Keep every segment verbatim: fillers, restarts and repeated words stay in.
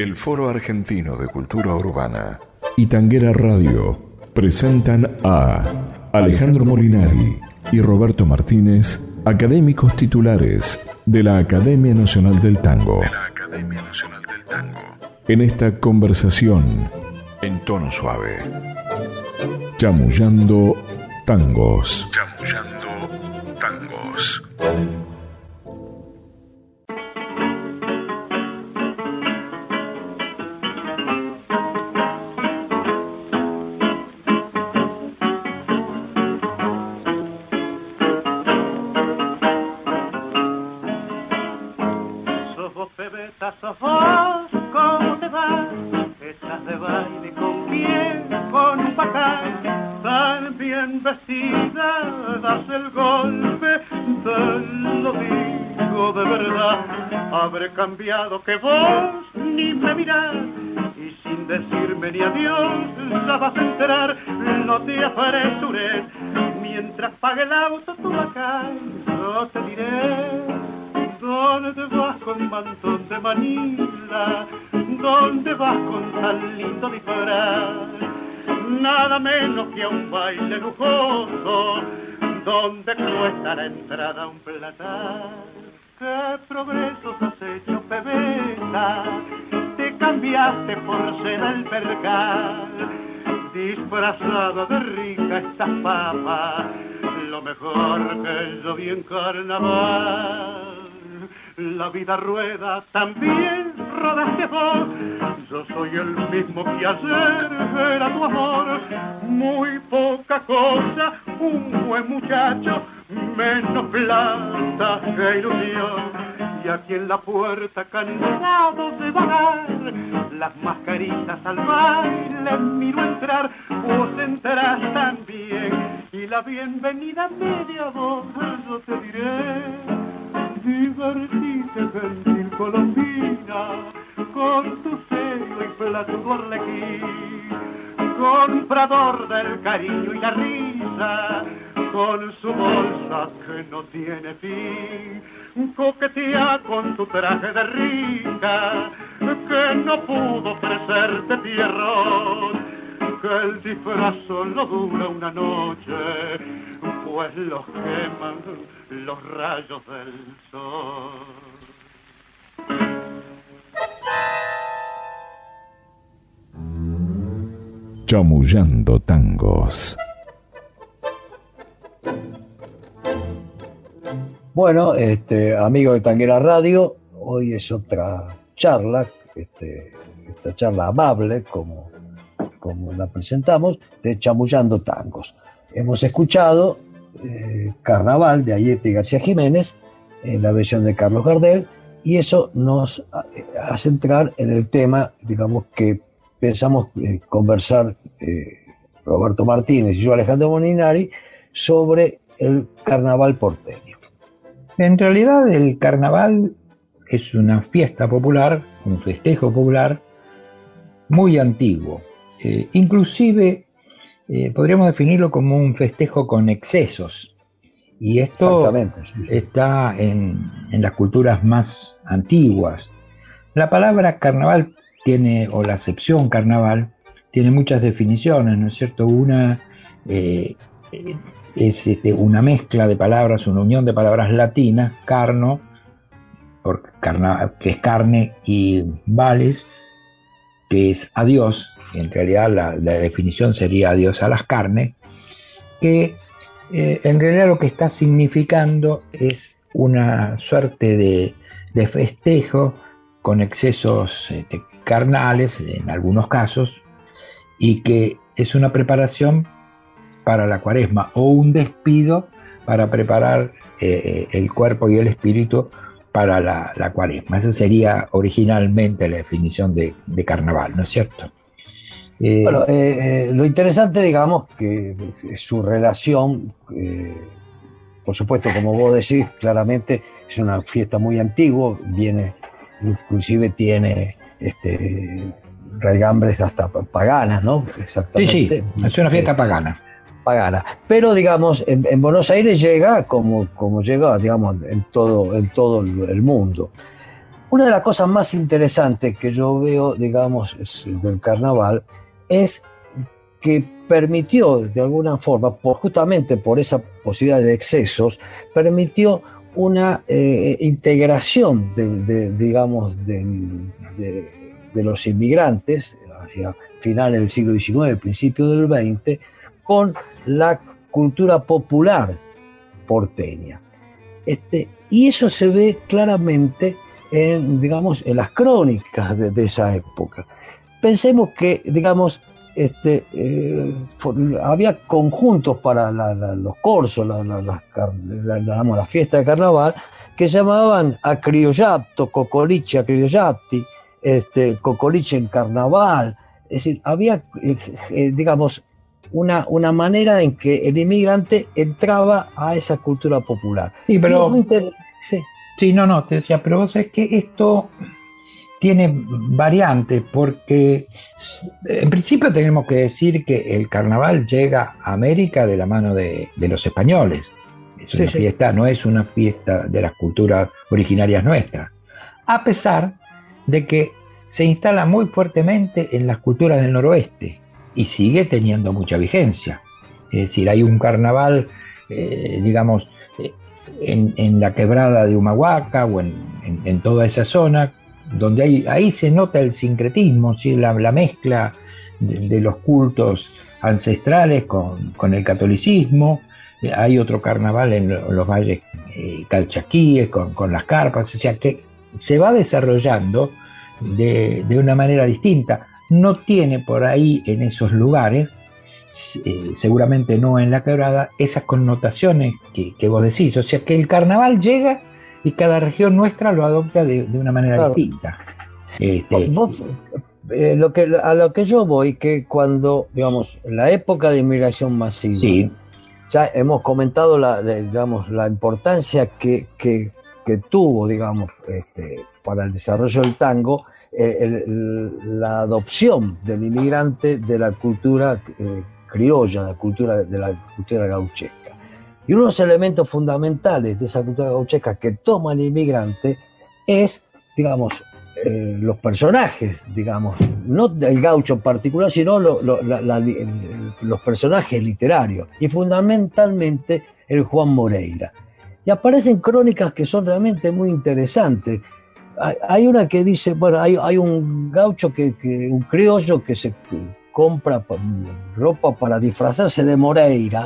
El Foro Argentino de Cultura Urbana y Tanguera Radio presentan a Alejandro Molinari y Roberto Martínez, académicos titulares de la Academia Nacional del Tango. De la Academia Nacional del Tango. En esta conversación, en tono suave, chamullando tangos. Chamullando tangos. Cambiado que vos ni me mirás y sin decirme ni adiós la vas a enterar. No te apresures mientras pague el auto tu acá. Yo te diré dónde vas con mantón de Manila, dónde vas con tan lindo disfraz, nada menos que a un baile lujoso donde cuesta la entrada un platar. ¿Qué progresos has hecho, pebeta? Te cambiaste por seda el percal, disfrazada de rica esta papa, lo mejor que yo vi en carnaval. La vida rueda, también rodaste vos, yo soy el mismo que ayer era tu amor. Muy poca cosa, un buen muchacho, menos plata que ilusión. Y aquí en la puerta cansado de vagar, las mascaritas al baile miro entrar. Vos entrarás también y la bienvenida media voz yo te diré. Divertite, gentil colombina, con tu serio y platudo arlequín, comprador del cariño y la risa, con su bolsa que no tiene fin, coquetea con tu traje de rica, que no pudo ofrecerte tierrón, que el disfraz solo dura una noche, pues los queman los rayos del sol. Chamullando tangos. Bueno, este, amigo de Tanguera Radio, hoy es otra charla, este, esta charla amable, como, como la presentamos, de Chamullando Tangos. Hemos escuchado eh, Carnaval de Ayete y García Jiménez, en la versión de Carlos Gardel, y eso nos hace entrar en el tema, digamos, que pensamos eh, conversar eh, Roberto Martínez y yo, Alejandro Molinari, sobre el carnaval porteño. En realidad el carnaval es una fiesta popular, un festejo popular muy antiguo. Eh, inclusive eh, podríamos definirlo como un festejo con excesos. Y esto sí. está en, en las culturas más antiguas. La palabra carnaval tiene, o la acepción carnaval, tiene muchas definiciones, ¿no es cierto? Una eh, es este, una mezcla de palabras, una unión de palabras latinas, carno, por carna, que es carne, y vales, que es adiós. En realidad la, la definición sería adiós a las carnes, que eh, en realidad lo que está significando es una suerte de, de festejo con excesos este, carnales en algunos casos, y que es una preparación para la cuaresma o un despido para preparar eh, el cuerpo y el espíritu para la, la cuaresma. Esa sería originalmente la definición de, de carnaval, ¿no es cierto? Eh, bueno, eh, eh, lo interesante, digamos, que su relación, eh, por supuesto, como vos decís, claramente es una fiesta muy antigua, viene, inclusive tiene este, raigambres hasta paganas, ¿no? Exactamente. Sí, sí, es una fiesta pagana. Pagana. Pero, digamos, en, en Buenos Aires llega como, como llega, digamos, en todo, en todo el mundo. Una de las cosas más interesantes que yo veo, digamos, del carnaval es que permitió, de alguna forma, por, justamente por esa posibilidad de excesos, permitió una eh, integración, de, de, digamos, de, de, de los inmigrantes hacia finales del siglo diecinueve, principio del veinte, con la cultura popular porteña. Este, y eso se ve claramente en, digamos, en las crónicas de, de esa época. Pensemos que, digamos, este, eh, for, había conjuntos para la, la, los corsos, la, la, la, la, la, la fiesta de carnaval, que llamaban a criollato, cocoliche a criollati, este, cocoliche en carnaval. Es decir, había, eh, eh, digamos, una, una manera en que el inmigrante entraba a esa cultura popular. Sí, pero... Sí. Sí, no, no, te decía, pero vos sabés que esto tiene variantes, porque en principio tenemos que decir que el carnaval llega a América de la mano de, de los españoles. Es sí, una sí. fiesta, no es una fiesta de las culturas originarias nuestras, a pesar de que se instala muy fuertemente en las culturas del noroeste y sigue teniendo mucha vigencia. Es decir, hay un carnaval, eh, digamos, En, en la quebrada de Humahuaca o en, en, en toda esa zona, donde hay, ahí se nota el sincretismo, ¿sí? la, la mezcla de, de los cultos ancestrales con, con el catolicismo. Hay otro carnaval en, en los valles eh, calchaquíes con, con las carpas, o sea que se va desarrollando de, de una manera distinta. No tiene por ahí en esos lugares, Eh, seguramente no en la quebrada, esas connotaciones que, que vos decís, o sea que el carnaval llega y cada región nuestra lo adopta de, de una manera claro. distinta. Este, vos, eh, lo que, a lo que yo voy, que cuando, digamos, en la época de inmigración masiva, sí. ya hemos comentado la, digamos, la importancia que, que, que tuvo, digamos, este, para el desarrollo del tango, eh, el, el, la adopción del inmigrante de la cultura eh, criolla, la cultura, de la cultura gauchesca. Y uno de los elementos fundamentales de esa cultura gauchesca que toma el inmigrante es, digamos, eh, los personajes, digamos, no del gaucho en particular, sino lo, lo, la, la, el, los personajes literarios, y fundamentalmente el Juan Moreira. Y aparecen crónicas que son realmente muy interesantes. Hay, hay una que dice, bueno, hay, hay un gaucho, que, que un criollo que se compra ropa para disfrazarse de Moreira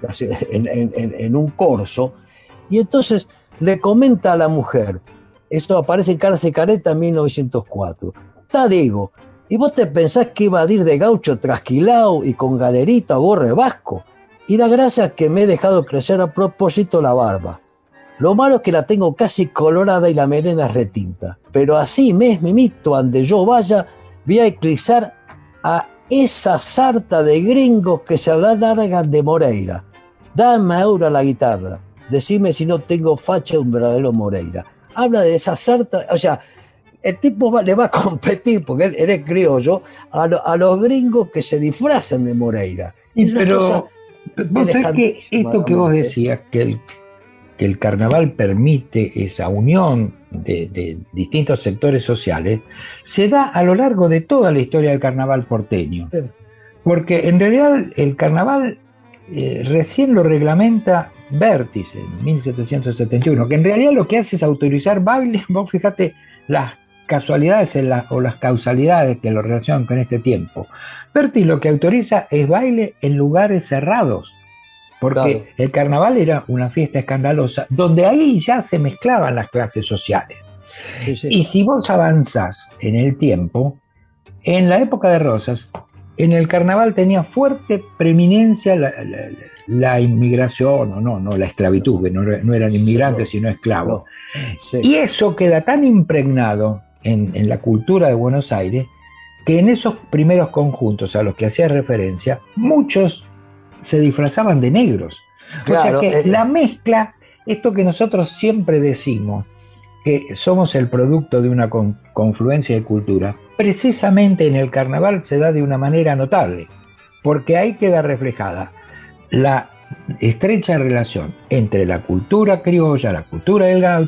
en, en, en un corso, y entonces le comenta a la mujer, esto aparece en Carce y Careta en mil novecientos cuatro, ta digo, ¿y vos te pensás que iba a ir de gaucho trasquilao y con galerita o gorre vasco? Y da gracias que me he dejado crecer a propósito la barba. Lo malo es que la tengo casi colorada y la melena retinta, pero así me es mimito, ande yo vaya, voy a eclipsar a esa sarta de gringos que se largan de Moreira. Dame ahora la guitarra, decime si no tengo facha de un verdadero Moreira. Habla de esa sarta, o sea, el tipo va, le va a competir, porque él, él es criollo, a, lo, a los gringos que se disfrazan de Moreira. Sí, pero vos sabés que esto que vos decías, que el, que el carnaval permite esa unión de, de distintos sectores sociales, se da a lo largo de toda la historia del carnaval porteño. Sí. Porque en realidad el carnaval eh, recién lo reglamenta Vértice en mil setecientos setenta y uno, que en realidad lo que hace es autorizar bailes. Vos fíjate las casualidades en la, o las causalidades que lo relacionan con este tiempo. Vértice lo que autoriza es baile en lugares cerrados, porque claro, el carnaval era una fiesta escandalosa, donde ahí ya se mezclaban las clases sociales. Sí, sí. Y si vos avanzás en el tiempo, en la época de Rosas, en el carnaval tenía fuerte preeminencia la, la, la inmigración, o no, no la esclavitud, que no, no eran inmigrantes sí, sino esclavos. Sí. Y eso queda tan impregnado en, en la cultura de Buenos Aires, que en esos primeros conjuntos a los que hacía referencia, muchos se disfrazaban de negros. Claro, o sea que eh, la mezcla, esto que nosotros siempre decimos, que somos el producto de una con, confluencia de cultura, precisamente en el carnaval se da de una manera notable, porque ahí queda reflejada la estrecha relación entre la cultura criolla, la cultura del gaucho,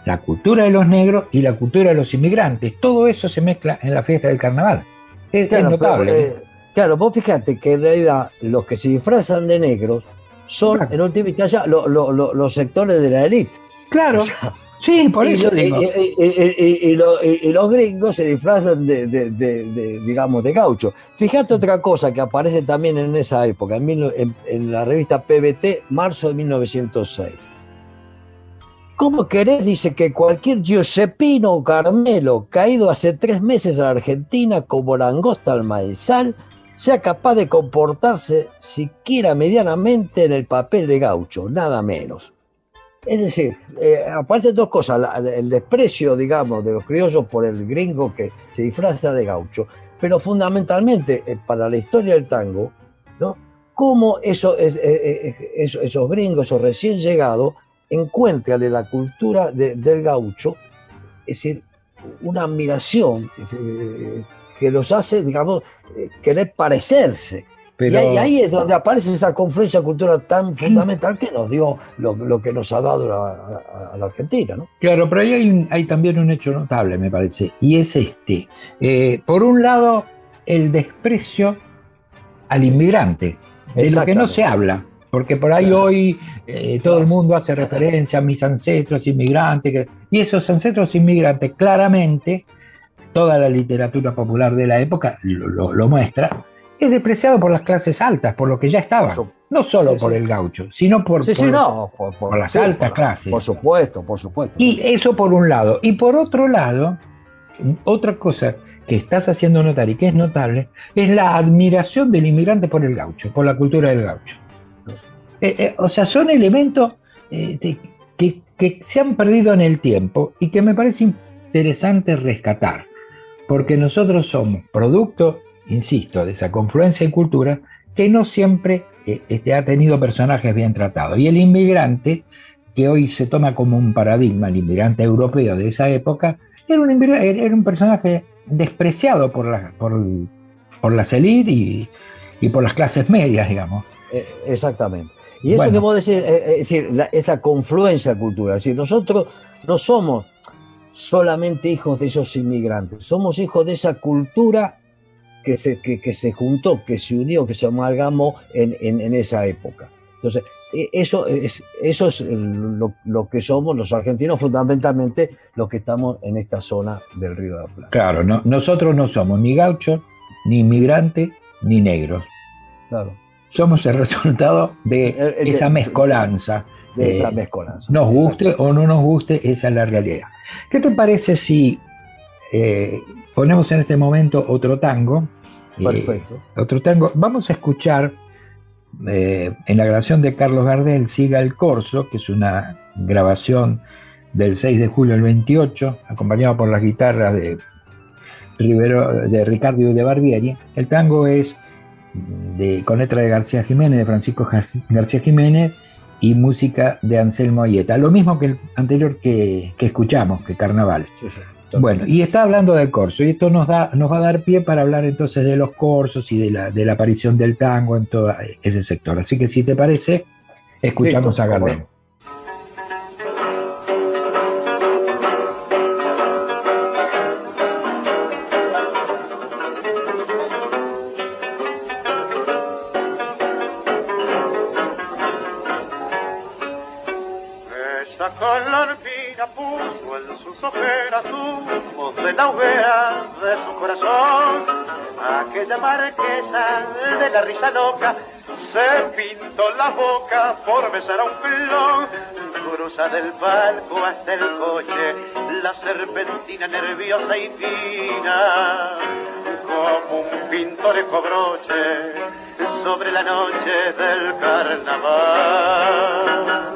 la cultura de los negros y la cultura de los inmigrantes. Todo eso se mezcla en la fiesta del carnaval. Es, claro, es notable. Pero, eh, claro, vos fíjate que en realidad los que se disfrazan de negros son, claro, en última instancia, lo, lo, lo, los sectores de la élite. Claro. O sea, sí, por y, eso digo. Y, y, y, y, lo, y, y los gringos se disfrazan de, de, de, de, digamos, de gaucho. Fíjate otra cosa que aparece también en esa época, en, mil, en, en la revista P B T, marzo de mil novecientos seis. ¿Cómo querés? Dice que cualquier Giuseppino Carmelo caído hace tres meses a la Argentina como langosta al maizal sea capaz de comportarse siquiera medianamente en el papel de gaucho, nada menos. Es decir, eh, aparecen dos cosas, la, el desprecio, digamos, de los criollos por el gringo que se disfraza de gaucho, pero fundamentalmente eh, para la historia del tango, ¿no? Cómo eso, eh, eh, eso, esos gringos, esos recién llegados, encuentran en la cultura de, del gaucho, es decir, una admiración eh, que los hace, digamos, eh, querer parecerse. Pero... Y, ahí, ahí es donde aparece esa confluencia cultural tan fundamental que nos dio lo, lo que nos ha dado a, a, a la Argentina, ¿no? Claro, pero ahí hay, hay también un hecho notable, me parece, y es este. Eh, por un lado, el desprecio al inmigrante, de lo que no se habla, porque por ahí, claro, hoy eh, todo el mundo hace referencia a mis ancestros inmigrantes, que, y esos ancestros inmigrantes claramente, toda la literatura popular de la época lo, lo, lo muestra, es despreciado por las clases altas, por lo que ya estaban, no solo sí, por sí. el gaucho, sino por, sí, por, sí, no, por, por, por las sí, altas por, clases. Por supuesto, por supuesto. Y eso por un lado. Y por otro lado, otra cosa que estás haciendo notar y que es notable, es la admiración del inmigrante por el gaucho, por la cultura del gaucho. Eh, eh, o sea, son elementos eh, de, que, que se han perdido en el tiempo y que me parece interesante rescatar, porque nosotros somos producto, insisto, de esa confluencia de cultura que no siempre eh, este, ha tenido personajes bien tratados. Y el inmigrante, que hoy se toma como un paradigma, el inmigrante europeo de esa época, era un, era un personaje despreciado por, la, por, por las élites y, y por las clases medias, digamos. Eh, exactamente. Y eso bueno. que vos decís, eh, es decir, la, esa confluencia cultural, es decir, nosotros no somos solamente hijos de esos inmigrantes, somos hijos de esa cultura que se, que, que se juntó, que se unió, que se amalgamó en, en, en esa época. Entonces, eso es, eso es lo, lo que somos los argentinos, fundamentalmente los que estamos en esta zona del Río de la Plata. Claro, no, nosotros no somos ni gauchos, ni inmigrantes, ni negros. Claro. Somos el resultado de el, el, esa mezcolanza. De, de esa mezcolanza. Nos guste o no nos guste, esa es la realidad. ¿Qué te parece si eh, ponemos en este momento otro tango? Perfecto. Eh, otro tango. Vamos a escuchar eh, en la grabación de Carlos Gardel, Siga el Corso, que es una grabación del seis de julio del veintiocho, acompañado por las guitarras de, Rivero, de Ricardo y de Barbieri. El tango es de, con letra de García Jiménez, de Francisco García Jiménez, y música de Anselmo Ayeta. Lo mismo que el anterior que, que escuchamos, que Carnaval. Sí, sí. Bueno, y está hablando del corso, y esto nos da, nos va a dar pie para hablar entonces de los corsos y de la, de la aparición del tango en todo ese sector. Así que si te parece, escuchamos Listo, a Gardel. Bueno. Puso en sus ojeras humos de la hoguera de su corazón. Aquella marquesa de la risa loca se pintó la boca por besar a un clon. Cruza del palco hasta el coche la serpentina nerviosa y fina, como un pintoresco broche sobre la noche del carnaval.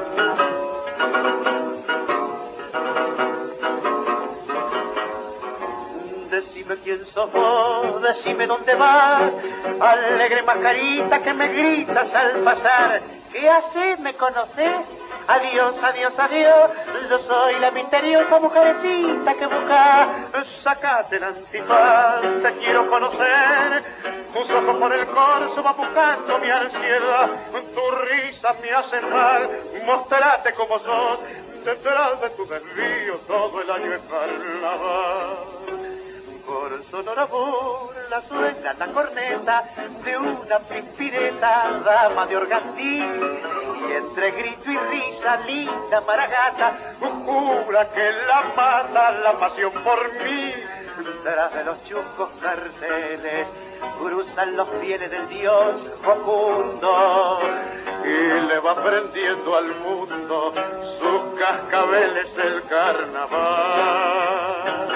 Decime quién sos vos, decime dónde vas, alegre mascarita que me gritas al pasar. ¿Qué haces? ¿Me conoces? Adiós, adiós, adiós, yo soy la misteriosa mujercita que busca. Sácate el antifaz, te quiero conocer. Tus ojos por el corso van buscando mi ansiedad. Tu risa me hace mal, mostrate como sos. detrás de tu desvío todo el año es carnaval. Por sonora burla suena la corneta de una pispireta, dama de organdí, y entre grito y risa, linda maragata, jura que la mata la pasión por mí. Tras de los chuscos carteles cruzan los fieles del dios Facundo y le va prendiendo al mundo sus cascabeles el carnaval.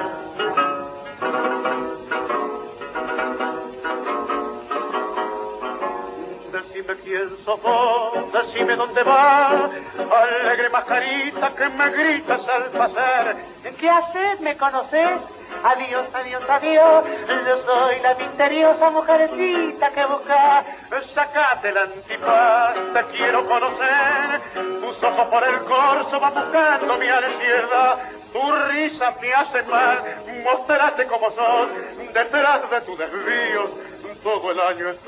Decime quién sos vos, decime dónde vas, alegre mascarita que me gritas al pasar. ¿Qué haces? ¿Me conoces? Adiós, adiós, adiós, yo soy la misteriosa mujercita que busca. Sacate el antifaz, te quiero conocer. Tus ojos por el corso van buscando mi ansiedad. Tu risa me hace mal, mostrate como sos. Detrás de tus desvíos, todo el año es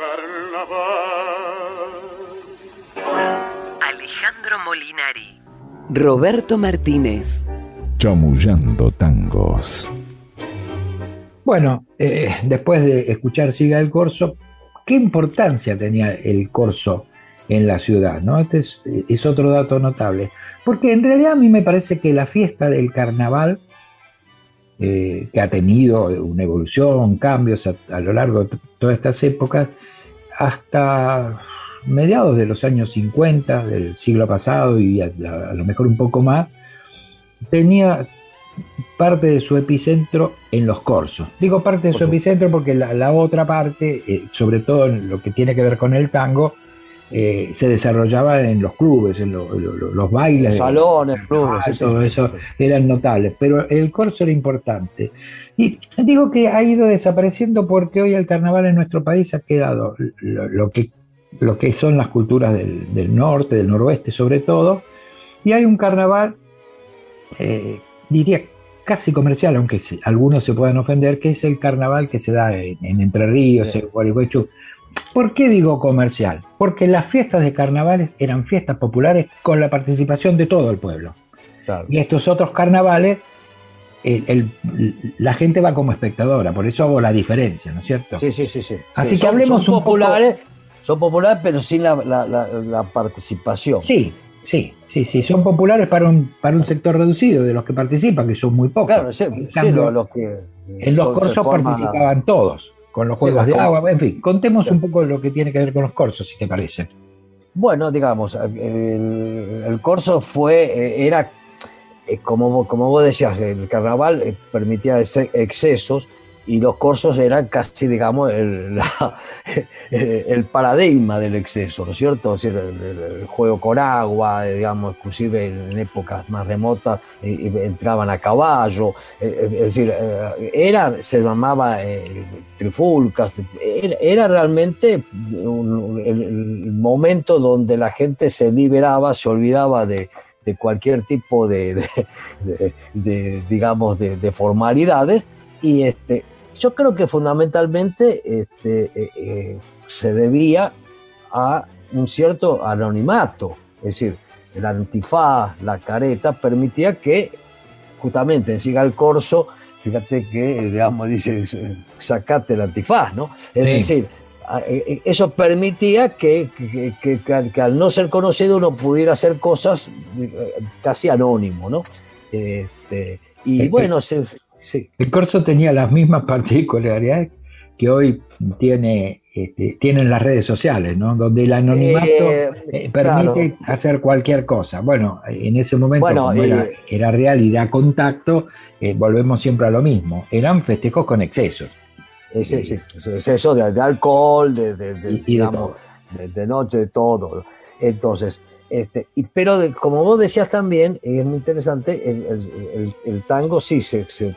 carnaval. Alejandro Molinari, Roberto Martínez. Chamullando tangos. Bueno, eh, después de escuchar Siga el Corso, ¿qué importancia tenía el corso en la ciudad? ¿No? Este es, es otro dato notable. Porque en realidad a mí me parece que la fiesta del carnaval, eh, que ha tenido una evolución, cambios a, a lo largo de todas estas épocas, hasta mediados de los años cincuenta del siglo pasado y a, a lo mejor un poco más, tenía parte de su epicentro en los corsos. Digo parte de su epicentro porque la, la otra parte, eh, sobre todo en lo que tiene que ver con el tango, eh, se desarrollaba en los clubes, en lo, lo, lo, los bailes. Los salones, de, clubes. Ah, todo sí, eso eran notables, pero el corso era importante. Y digo que ha ido desapareciendo porque hoy el carnaval en nuestro país ha quedado lo, lo, que, lo que son las culturas del, del norte, del noroeste sobre todo, y hay un carnaval eh, diría casi comercial, aunque algunos se puedan ofender, que es el carnaval que se da en, en Entre Ríos, sí, en Gualeguaychú. ¿Por qué digo comercial? Porque las fiestas de carnavales eran fiestas populares con la participación de todo el pueblo. Claro. Y estos otros carnavales, el, el, la gente va como espectadora, por eso hago la diferencia, ¿no es cierto? Sí, sí, sí. sí. Así sí, que son, hablemos son un populares, poco... Son populares, pero sin la, la, la, la participación. Sí, sí. Sí, sí, son populares para un para un sector reducido de los que participan, que son muy pocos. Claro, sí, en, cambio, sí, lo, los que en los corsos participaban la... todos, con los juegos sí, de agua, en fin. Contemos sí. un poco lo que tiene que ver con los corsos, si te parece. Bueno, digamos, el, el corso fue, era, como, como vos decías, el carnaval permitía excesos, y los corsos eran casi, digamos, el, la, el paradigma del exceso, ¿no es cierto? Es decir, el, el juego con agua, digamos, inclusive en épocas más remotas eh, entraban a caballo, eh, es decir, eh, era, se llamaba eh, trifulcas, era, era realmente un, el, el momento donde la gente se liberaba, se olvidaba de, de cualquier tipo de, de, de, de digamos, de, de formalidades, y este yo creo que fundamentalmente este, eh, eh, se debía a un cierto anonimato, es decir, el antifaz, la careta, permitía que justamente en Siga el Corso, fíjate que, digamos, dice, sacate el antifaz, ¿no? Es sí. decir, eso permitía que, que, que, que, que al no ser conocido uno pudiera hacer cosas casi anónimo, ¿no? Este, y bueno, se... Sí. El corso tenía las mismas particularidades que hoy tiene, este, tienen las redes sociales, ¿no? Donde el anonimato eh, eh, permite claro. hacer cualquier cosa. Bueno, en ese momento, bueno, como eh, era, era real y da contacto, eh, volvemos siempre a lo mismo. Eran festejos con excesos. Eh, sí, sí, exceso de, de alcohol, de, de, de, y, y digamos, de, de noche, de todo. Entonces, Este, y, pero de, como vos decías también, es muy interesante, el, el, el, el tango sí se, se,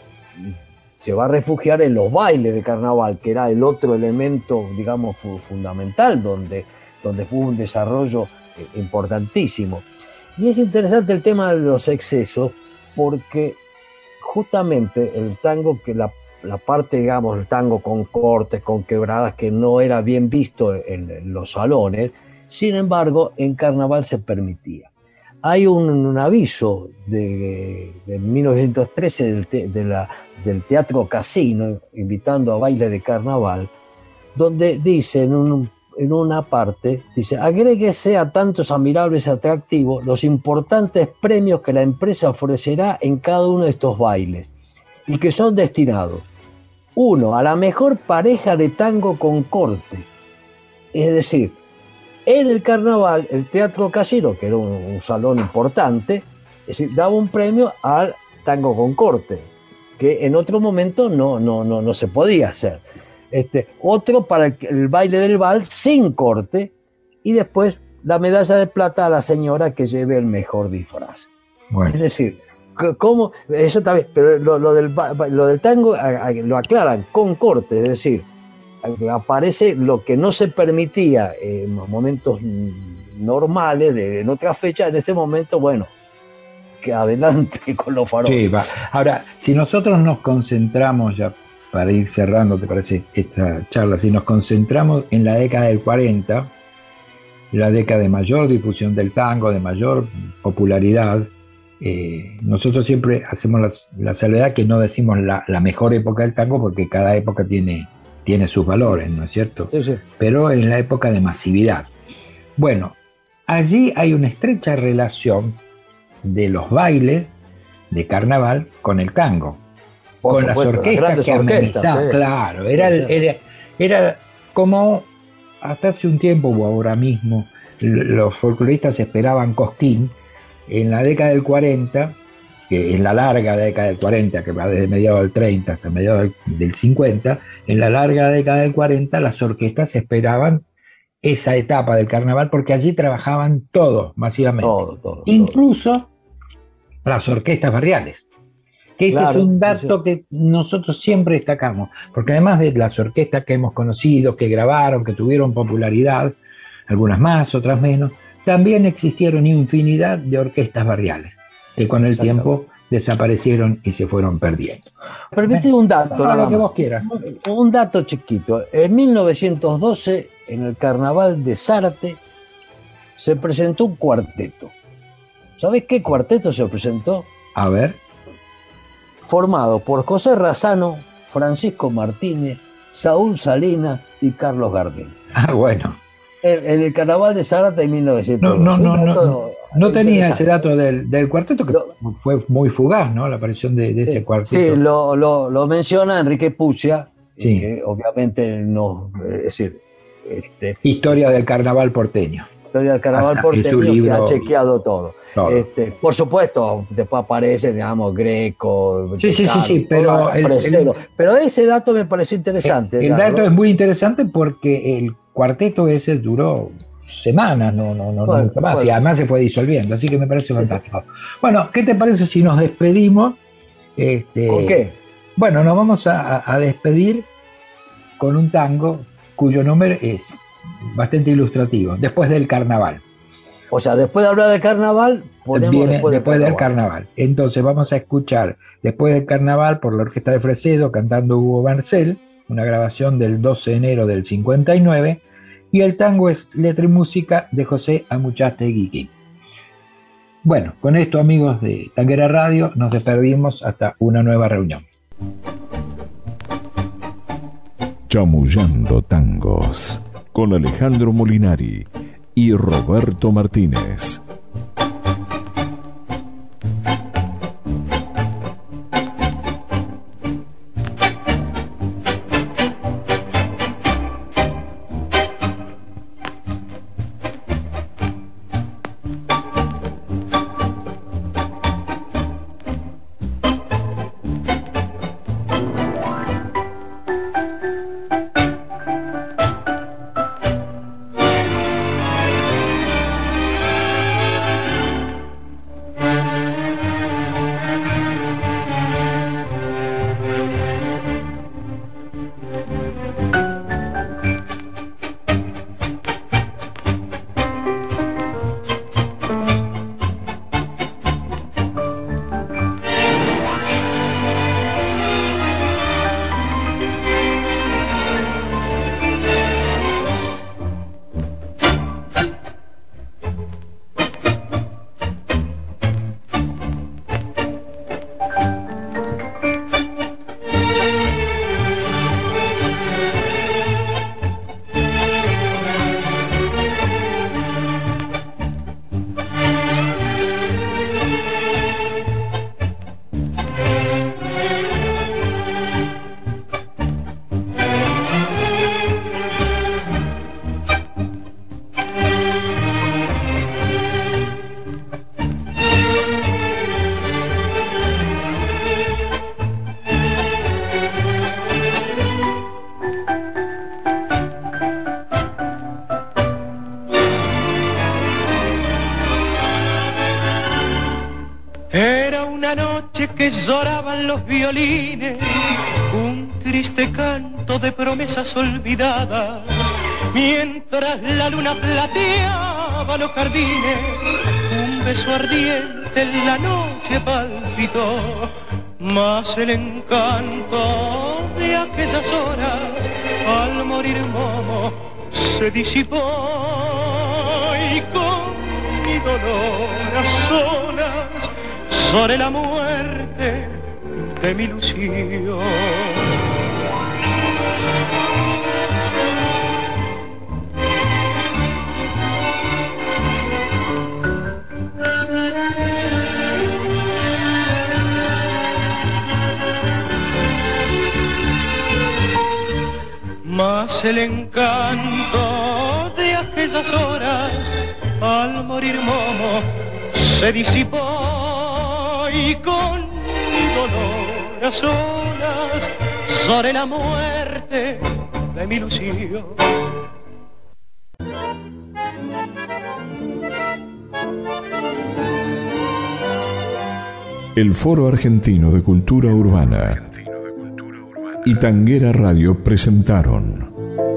se va a refugiar en los bailes de carnaval, que era el otro elemento, digamos, fu, fundamental, donde, donde fue un desarrollo importantísimo. Y es interesante el tema de los excesos, porque justamente el tango, que la, la parte, digamos, el tango con cortes, con quebradas, que no era bien visto en, en los salones, sin embargo, en carnaval se permitía. hay un, un aviso de, de mil novecientos trece del, te, de la, del Teatro Casino, invitando a baile de carnaval, donde dice en, un, en una parte, dice, agréguese a tantos admirables atractivos los importantes premios que la empresa ofrecerá en cada uno de estos bailes, y que son destinados, uno, a la mejor pareja de tango con corte. Es decir, en el carnaval, el Teatro Casino, que era un, un salón importante, es decir, daba un premio al tango con corte, que en otro momento no, no, no, no se podía hacer. Este, otro para el, el baile del vals sin corte, y después la medalla de plata a la señora que lleve el mejor disfraz. Bueno. Es decir, ¿cómo? Eso también, pero lo, lo, del, lo del tango lo aclaran con corte, es decir, aparece lo que no se permitía en momentos normales, de, en otra fecha, en este momento, bueno, que adelante con los faroles. Sí, va. Ahora, si nosotros nos concentramos, ya para ir cerrando, ¿te parece esta charla? Si nos concentramos en la década del cuarenta, la década de mayor difusión del tango, de mayor popularidad, eh, nosotros siempre hacemos la, la salvedad que no decimos la, la mejor época del tango, porque cada época tiene, tiene sus valores, ¿no es cierto? Sí, sí. Pero en la época de masividad. Bueno, allí hay una estrecha relación de los bailes de carnaval con el tango. Por con supuesto, las orquestas las que amenizaban, sí. Claro, era, era, era como hasta hace un tiempo o ahora mismo los folcloristas esperaban Cosquín. En la década del cuarenta, que en la larga década del cuarenta, que va desde mediados del treinta hasta mediados del, del cincuenta, en la larga década del cuarenta las orquestas esperaban esa etapa del carnaval porque allí trabajaban todos masivamente, todo, todo, incluso todo. Las orquestas barriales. Que claro, este es un dato sí. que nosotros siempre destacamos, porque además de las orquestas que hemos conocido, que grabaron, que tuvieron popularidad, algunas más, otras menos, también existieron infinidad de orquestas barriales, que con el tiempo desaparecieron y se fueron perdiendo. Permíteme un dato, no, no, lo que vos quieras. Un, un dato chiquito. En mil novecientos doce, en el Carnaval de Zárate, se presentó un cuarteto. ¿Sabés qué cuarteto se presentó? A ver. Formado por José Razzano, Francisco Martínez, Saúl Salinas y Carlos Gardel. Ah, bueno. En, en el Carnaval de Zárate de mil novecientos doce. No, no, no, no, no tenía ese dato del, del cuarteto, que lo, fue muy fugaz, ¿no? La aparición de, de sí, ese cuarteto. Sí, lo, lo, lo menciona Enrique Puccia, sí. Que obviamente no, es decir... Este, Historia del Carnaval porteño. Historia del Carnaval Hasta porteño, libro... que ha chequeado todo. todo. Este, por supuesto, después aparece, digamos, Greco, sí, sí, sí, sí, pero, el, el, pero ese dato me pareció interesante. El, el dato es muy interesante porque el cuarteto ese duró semanas, no, no, no, bueno, mucho más, bueno. Y además se fue disolviendo, así que me parece fantástico. Sí, sí. Bueno, ¿qué te parece si nos despedimos? Este, ¿Con qué? Bueno, nos vamos a, a despedir con un tango cuyo nombre es bastante ilustrativo, Después del Carnaval. O sea, después de hablar de carnaval, ponemos Viene después, después del, del carnaval. carnaval. Entonces vamos a escuchar Después del Carnaval por la Orquesta de Fresedo cantando Hugo Marcel, una grabación del doce de enero del cincuenta y nueve, y el tango es letra y música de José Amuchastegui. Bueno, con esto, amigos de Tanguera Radio, nos despedimos hasta una nueva reunión. Chamullando tangos con Alejandro Molinari y Roberto Martínez. que lloraban los violines, un triste canto de promesas olvidadas, mientras la luna plateaba los jardines, un beso ardiente en la noche palpitó, mas el encanto de aquellas horas al morir Momo se disipó, y con mi dolor a solas sobre la muerte de mi ilusión. Mas el encanto de aquellas horas al morir Momo se disipó, y con mi dolor a solas sobre la muerte de mi ilusión. El Foro Argentino de Cultura Urbana y Tanguera Radio presentaron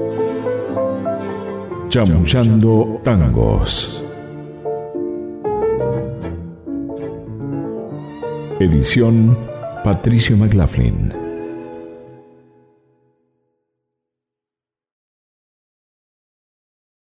Chamullando Tangos. Edición Patricio McLaughlin.